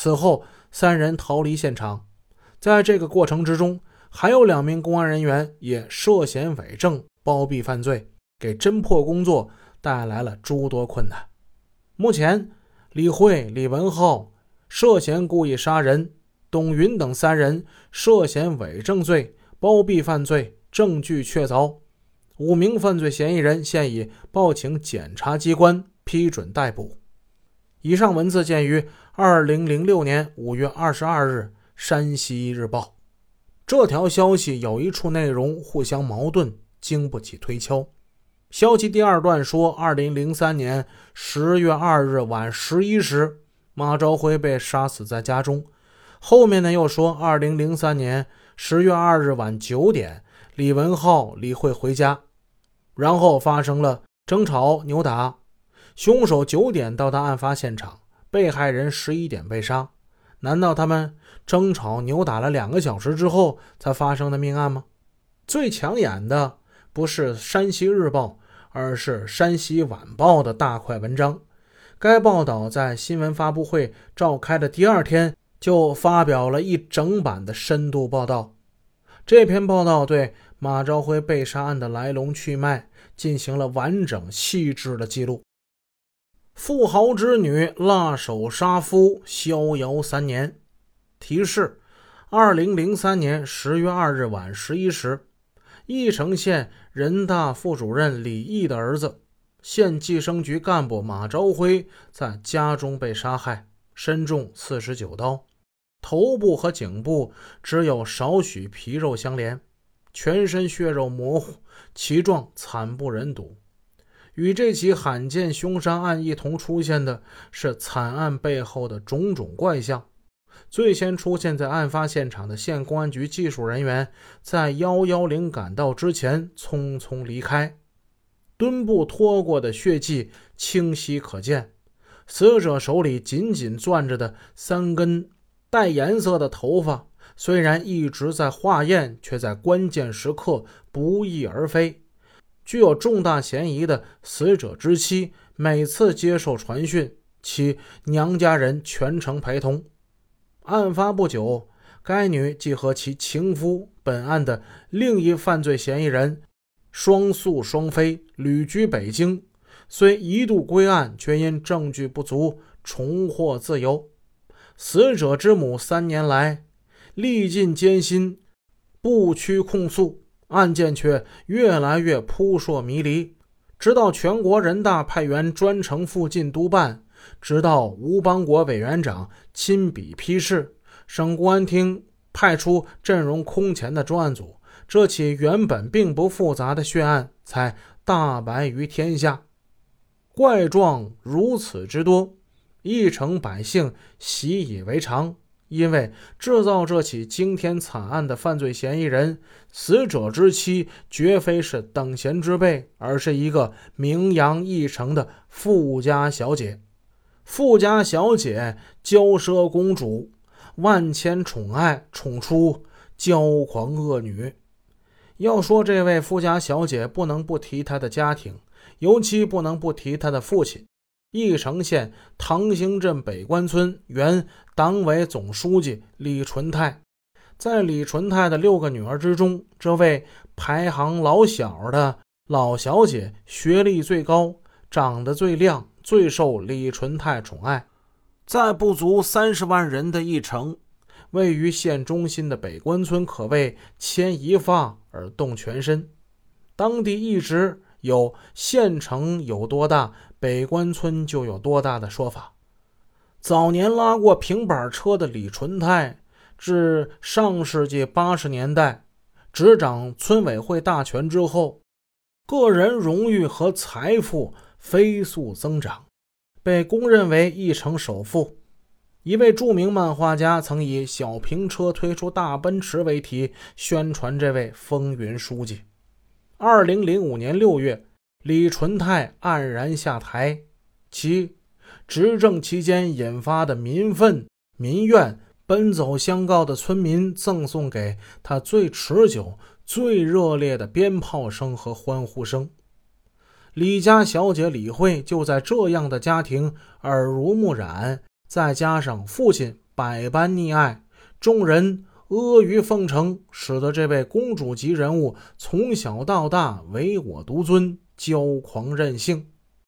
此后3人逃离现场。在这个过程之中，还有2名公安人员也涉嫌伪证包庇犯罪，给侦破工作带来了诸多困难。目前李慧、李文浩涉嫌故意杀人，董云等3人涉嫌伪证罪包庇犯罪，证据确凿。5名犯罪嫌疑人现已报请检察机关批准逮捕。以上文字见于2006年5月22日山西日报。这条消息有一处内容互相矛盾，经不起推敲。消息第2段说2003年10月2日晚11时马朝辉被杀死在家中，后面呢又说2003年10月2日晚9点李文浩、李慧回家，然后发生了争吵扭打，凶手9点到达案发现场，被害人11点被杀。难道他们争吵扭打了2个小时之后才发生的命案吗？最抢眼的不是山西日报，而是山西晚报的大块文章。该报道在新闻发布会召开的第2天就发表了一整版的深度报道。这篇报道对马朝辉被杀案的来龙去脉进行了完整细致的记录。富豪之女辣手杀夫，逍遥3年。提示：2003年10月2日晚11时，义城县人大副主任李毅的儿子，县计生局干部马朝辉在家中被杀害，身中49刀，头部和颈部只有少许皮肉相连，全身血肉模糊，其状惨不忍睹。与这起罕见凶杀案一同出现的是惨案背后的种种怪象。最先出现在案发现场的县公安局技术人员在110赶到之前匆匆离开，墩布拖过的血迹清晰可见，死者手里紧紧攥着的3根带颜色的头发，虽然一直在化验，却在关键时刻不翼而飞。具有重大嫌疑的死者之妻每次接受传讯，其娘家人全程陪同。案发不久，该女即和其情夫本案的另一犯罪嫌疑人双宿双飞旅居北京，虽一度归案，却因证据不足重获自由。死者之母3年来历尽艰辛，不屈控诉，案件却越来越扑朔迷离。直到全国人大派员专程赴京督办，直到吴邦国委员长亲笔批示，省公安厅派出阵容空前的专案组，这起原本并不复杂的血案才大白于天下。怪状如此之多，义城百姓习以为常，因为制造这起惊天惨案的犯罪嫌疑人死者之妻绝非是等闲之辈，而是一个名扬义城的富家小姐。富家小姐骄奢公主，万千宠爱，宠出骄狂恶女。要说这位富家小姐，不能不提她的家庭，尤其不能不提她的父亲，义城县唐兴镇北关村原党委总书记李纯泰。在李纯泰的6个女儿之中，这位排行老小的老小姐学历最高，长得最亮，最受李纯泰宠爱。在不足30万人的义城，位于县中心的北关村可谓牵一发而动全身。当地一直有县城有多大，北关村就有多大的说法。早年拉过平板车的李纯泰，至上世纪80年代执掌村委会大权之后，个人荣誉和财富飞速增长，被公认为义城首富。一位著名漫画家曾以小平车推出大奔驰为题宣传这位风云书记。2005年6月，李纯泰黯然下台，其执政期间引发的民愤民怨，奔走相告的村民赠送给他最持久最热烈的鞭炮声和欢呼声。李家小姐李慧就在这样的家庭耳濡目染，再加上父亲百般溺爱，众人阿谀奉承，使得这位公主级人物从小到大唯我独尊，骄狂任性。